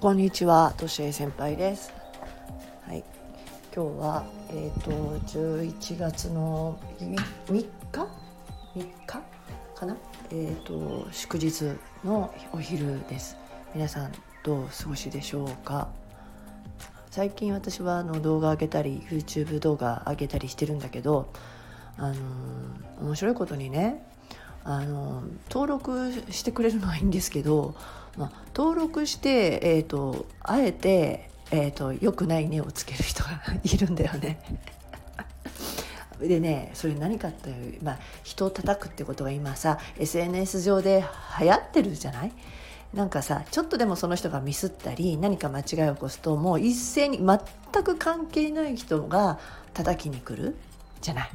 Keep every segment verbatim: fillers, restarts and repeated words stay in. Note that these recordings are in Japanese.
こんにちは、としえ先輩です。はい、今日は、えー、とじゅういちがつのみっかみっかかな、えー、と祝日のお昼です。皆さんどうお過ごしでしょうか。最近私はあの動画上げたり YouTube 動画上げたりしてるんだけど、あのー、面白いことにね、あの登録してくれるのはいいんですけど、まあ、登録して、えーと、あえて、えーと、良くないねをつける人がいるんだよねでね、それ何かっていう、まあ、人を叩くってことが今さ エスエヌエス 上で流行ってるじゃない。なんかさ、ちょっとでもその人がミスったり何か間違いを起こすと、もう一斉に全く関係ない人が叩きに来るじゃない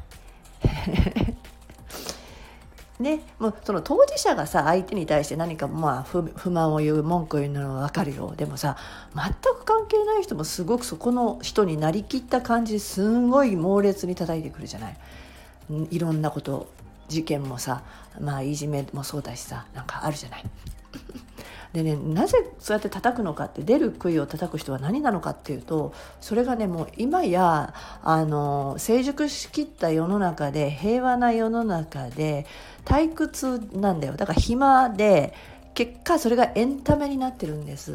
ね、もうその当事者がさ、相手に対して何かまあ 不, 不満を言う、文句を言うのは分かるよ。でもさ、全く関係ない人もすごくそこの人になりきった感じですんごい猛烈に叩いてくるじゃない。いろんなこと、事件もさ、まあいじめもそうだしさ、なんかあるじゃないでね、なぜそうやって叩くのかって、出る杭を叩く人は何なのかっていうと、それがね、もう今やあの成熟しきった世の中で、平和な世の中で退屈なんだよ。だから暇で、結果それがエンタメになってるんですって。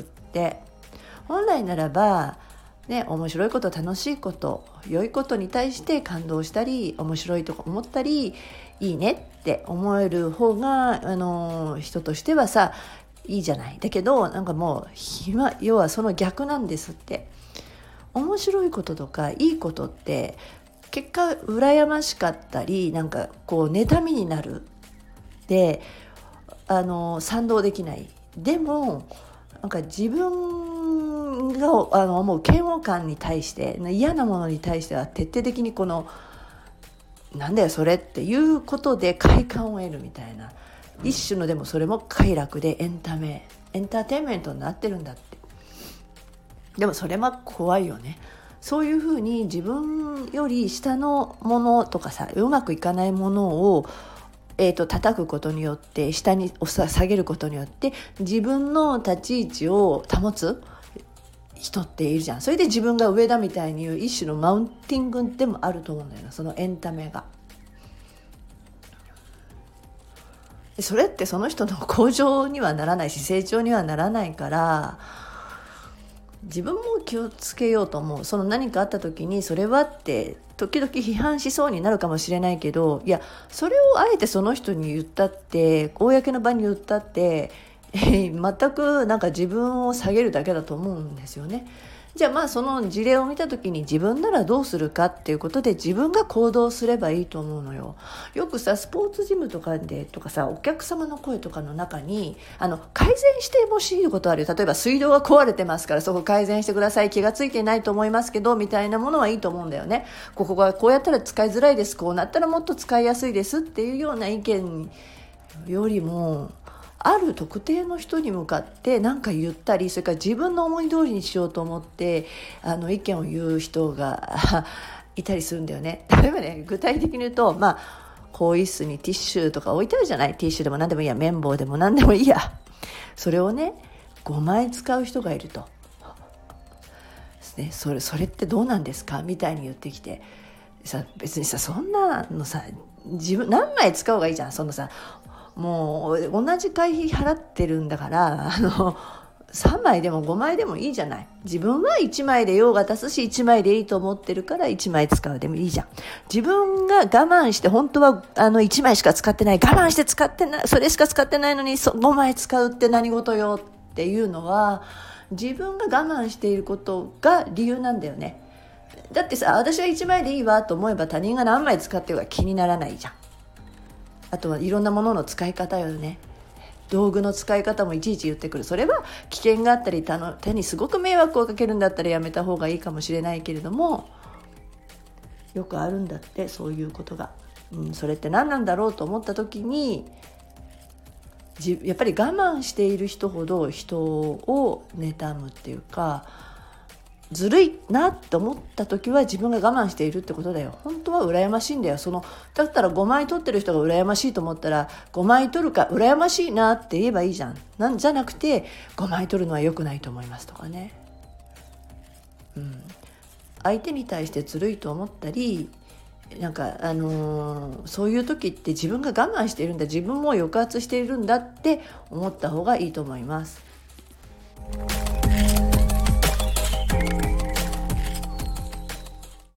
本来ならばね、面白いこと、楽しいこと、良いことに対して感動したり、面白いと思ったり、いいねって思える方があの人としてはさ、いいじゃない。だけどなんかもう暇、要はその逆なんですって。面白いこととかいいことって結果羨ましかったり、なんかこう妬みになる。で、あの賛同できない。でもなんか自分があの思う嫌悪感に対して、嫌なものに対しては徹底的にこのなんだよそれっていうことで快感を得るみたいな、一種の、でもそれも快楽でエンタメエンターテインメントになってるんだって。でもそれは怖いよね。そういうふうに自分より下のものとかさ、うまくいかないものを、えーと、叩くことによって、下に下げることによって自分の立ち位置を保つ人っているじゃん。それで自分が上だみたいに言う一種のマウンティングでもあると思うんだよな、そのエンタメが。それってその人の向上にはならないし、成長にはならないから、自分も気をつけようと思う。その何かあった時に、それはって時々批判しそうになるかもしれないけど、いや、それをあえてその人に言ったって、公の場に言ったって、えー、全くなんか自分を下げるだけだと思うんですよね。じゃあまあその事例を見た時に、自分ならどうするかっていうことで自分が行動すればいいと思うのよ。よくさ、スポーツジムとかでとかさ、お客様の声とかの中にあの改善してほしいことあるよ。例えば水道が壊れてますからそこ改善してください、気がついてないと思いますけどみたいなものはいいと思うんだよね。ここがこうやったら使いづらいです、こうなったらもっと使いやすいですっていうような意見よりも、ある特定の人に向かって何か言ったり、それから自分の思い通りにしようと思ってあの意見を言う人がいたりするんだよね。例えばね、具体的に言うと、まあ更衣室にティッシュとか置いてあるじゃない。ティッシュでも何でもいいや、綿棒でも何でもいいや、それをねごまい使う人がいるとですね。それそれってどうなんですかみたいに言ってきてさ、別にさ、そんなのさ、自分何枚使う方がいいじゃん。そのさ、もう同じ会費払ってるんだから、あのさんまいでもごまいでもいいじゃない。自分はいちまいで用が足すし、いちまいでいいと思ってるからいちまい使うでもいいじゃん。自分が我慢して、本当はあのいちまいしか使ってない、我慢して使ってない、それしか使ってないのにごまい使うって何事よっていうのは、自分が我慢していることが理由なんだよね。だってさ、私はいちまいでいいわと思えば他人が何枚使ってるか気にならないじゃん。あとはいろんなものの使い方よね。道具の使い方もいちいち言ってくる。それは危険があったり、他の手にすごく迷惑をかけるんだったらやめた方がいいかもしれないけれども、よくあるんだって、そういうことが、うん、それって何なんだろうと思った時に、やっぱり我慢している人ほど人を妬むっていうか、 ずるいなって思った時は自分が我慢しているってことだよ。本当は羨ましいんだよ。そのだったらごまい取ってる人が羨ましいと思ったらごまい取るか羨ましいなって言えばいいじゃん。なんじゃなくてごまい取るのは良くないと思いますとかね、うん、相手に対してずるいと思ったりなんか、あのーそういう時って自分が我慢しているんだ、自分も抑圧しているんだって思った方がいいと思います。